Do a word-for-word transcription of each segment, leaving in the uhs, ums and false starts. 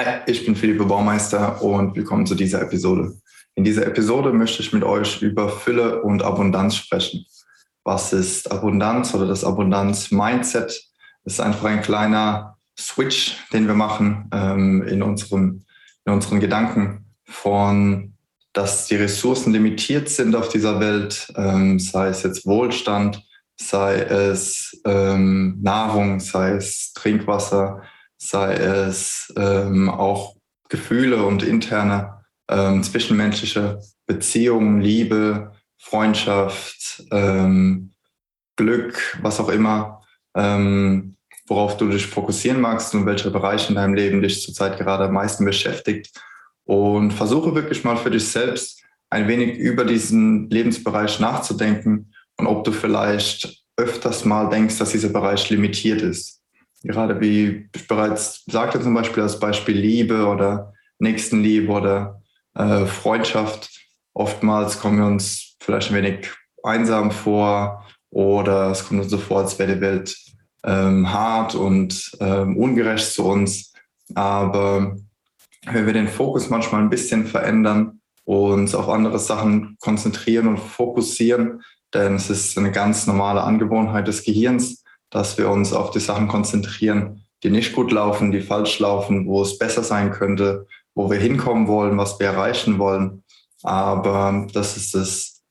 Hi, ich bin Philippe Baumeister und willkommen zu dieser Episode. In dieser Episode möchte ich mit euch über Fülle und Abundanz sprechen. Was ist Abundanz oder das Abundanz-Mindset? Das ist einfach ein kleiner Switch, den wir machen ähm, in, unserem, in unseren Gedanken von, dass die Ressourcen limitiert sind auf dieser Welt, ähm, sei es jetzt Wohlstand, sei es ähm, Nahrung, sei es Trinkwasser, sei es ähm, auch Gefühle und interne ähm, zwischenmenschliche Beziehungen, Liebe, Freundschaft, ähm, Glück, was auch immer, ähm, worauf du dich fokussieren magst und welcher Bereich in deinem Leben dich zurzeit gerade am meisten beschäftigt. Und versuche wirklich mal für dich selbst ein wenig über diesen Lebensbereich nachzudenken und ob du vielleicht öfters mal denkst, dass dieser Bereich limitiert ist. Gerade wie ich bereits sagte, zum Beispiel als Beispiel Liebe oder Nächstenliebe oder äh, Freundschaft. Oftmals kommen wir uns vielleicht ein wenig einsam vor oder es kommt uns so vor, als wäre die Welt ähm, hart und ähm, ungerecht zu uns. Aber wenn wir den Fokus manchmal ein bisschen verändern, uns auf andere Sachen konzentrieren und fokussieren, denn es ist eine ganz normale Angewohnheit des Gehirns, dass wir uns auf die Sachen konzentrieren, die nicht gut laufen, die falsch laufen, wo es besser sein könnte, wo wir hinkommen wollen, was wir erreichen wollen. Aber das ist das,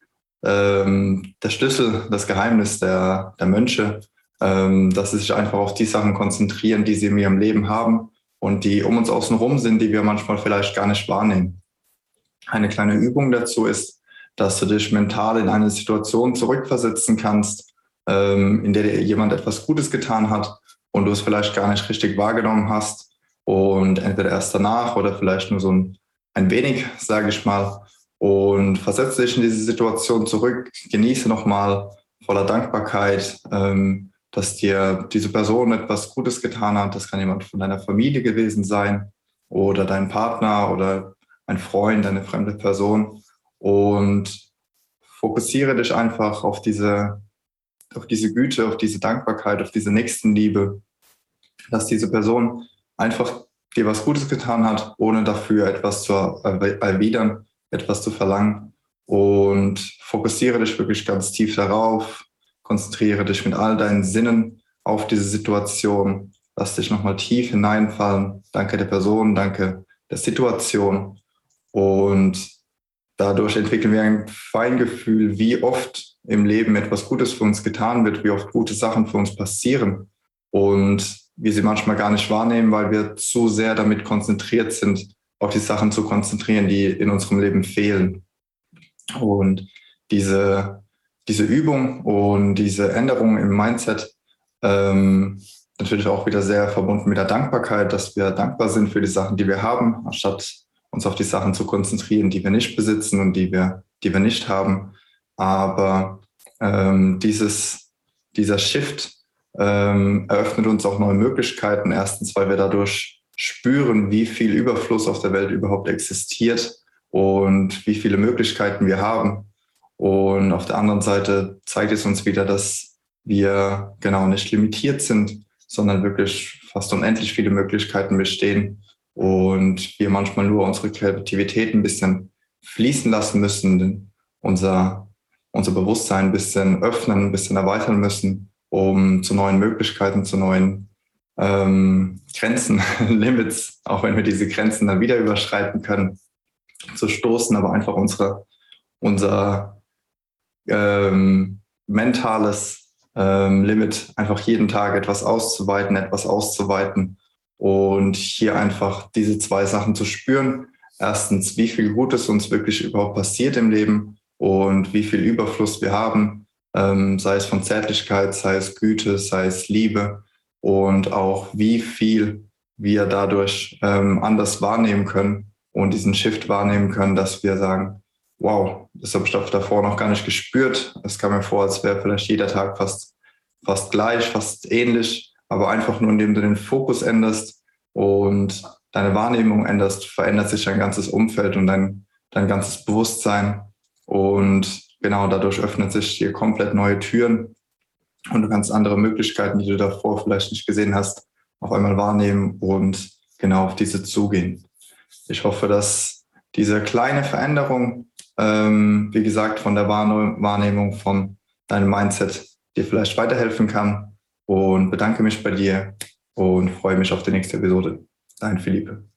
ähm, der Schlüssel, das Geheimnis der, der Mönche, ähm, dass sie sich einfach auf die Sachen konzentrieren, die sie in ihrem Leben haben und die um uns außen rum sind, die wir manchmal vielleicht gar nicht wahrnehmen. Eine kleine Übung dazu ist, dass du dich mental in eine Situation zurückversetzen kannst, ähm, in der dir jemand etwas Gutes getan hat und du es vielleicht gar nicht richtig wahrgenommen hast und entweder erst danach oder vielleicht nur so ein, ein wenig, sage ich mal, und versetze dich in diese Situation zurück, genieße nochmal voller Dankbarkeit, ähm, dass dir diese Person etwas Gutes getan hat. Das kann jemand von deiner Familie gewesen sein oder dein Partner oder ein Freund, eine fremde Person. Und fokussiere dich einfach auf diese, auf diese Güte, auf diese Dankbarkeit, auf diese Nächstenliebe, dass diese Person einfach dir was Gutes getan hat, ohne dafür etwas zu erwidern, etwas zu verlangen. Und fokussiere dich wirklich ganz tief darauf, konzentriere dich mit all deinen Sinnen auf diese Situation, lass dich nochmal tief hineinfallen. Danke der Person, danke der Situation. Und dadurch entwickeln wir ein Feingefühl, wie oft im Leben etwas Gutes für uns getan wird, wie oft gute Sachen für uns passieren und wir sie manchmal gar nicht wahrnehmen, weil wir zu sehr damit konzentriert sind, auf die Sachen zu konzentrieren, die in unserem Leben fehlen. Und diese, diese Übung und diese Änderung im Mindset, ähm, natürlich auch wieder sehr verbunden mit der Dankbarkeit, dass wir dankbar sind für die Sachen, die wir haben, anstatt uns auf die Sachen zu konzentrieren, die wir nicht besitzen und die wir, die wir nicht haben. Aber ähm, dieses, dieser Shift ähm, eröffnet uns auch neue Möglichkeiten. Erstens, weil wir dadurch spüren, wie viel Überfluss auf der Welt überhaupt existiert und wie viele Möglichkeiten wir haben. Und auf der anderen Seite zeigt es uns wieder, dass wir genau nicht limitiert sind, sondern wirklich fast unendlich viele Möglichkeiten bestehen und wir manchmal nur unsere Kreativität ein bisschen fließen lassen müssen, unser, unser Bewusstsein ein bisschen öffnen, ein bisschen erweitern müssen, um zu neuen Möglichkeiten, zu neuen ähm, Grenzen, Limits, auch wenn wir diese Grenzen dann wieder überschreiten können, zu stoßen, aber einfach unsere, unser ähm, mentales ähm, Limit, einfach jeden Tag etwas auszuweiten, etwas auszuweiten und hier einfach diese zwei Sachen zu spüren. Erstens, wie viel Gutes uns wirklich überhaupt passiert im Leben und wie viel Überfluss wir haben, ähm, sei es von Zärtlichkeit, sei es Güte, sei es Liebe und auch wie viel wir dadurch ähm, anders wahrnehmen können und diesen Shift wahrnehmen können, dass wir sagen, wow, das habe ich davor noch gar nicht gespürt. Es kam mir vor, als wäre vielleicht jeder Tag fast, fast gleich, fast ähnlich, aber einfach nur, indem du den Fokus änderst und deine Wahrnehmung änderst, verändert sich dein ganzes Umfeld und dein, dein ganzes Bewusstsein. Und genau dadurch öffnen sich hier komplett neue Türen und du kannst andere Möglichkeiten, die du davor vielleicht nicht gesehen hast, auf einmal wahrnehmen und genau auf diese zugehen. Ich hoffe, dass diese kleine Veränderung, ähm, wie gesagt, von der Wahrnehmung von deinem Mindset dir vielleicht weiterhelfen kann, und bedanke mich bei dir und freue mich auf die nächste Episode. Dein Philippe.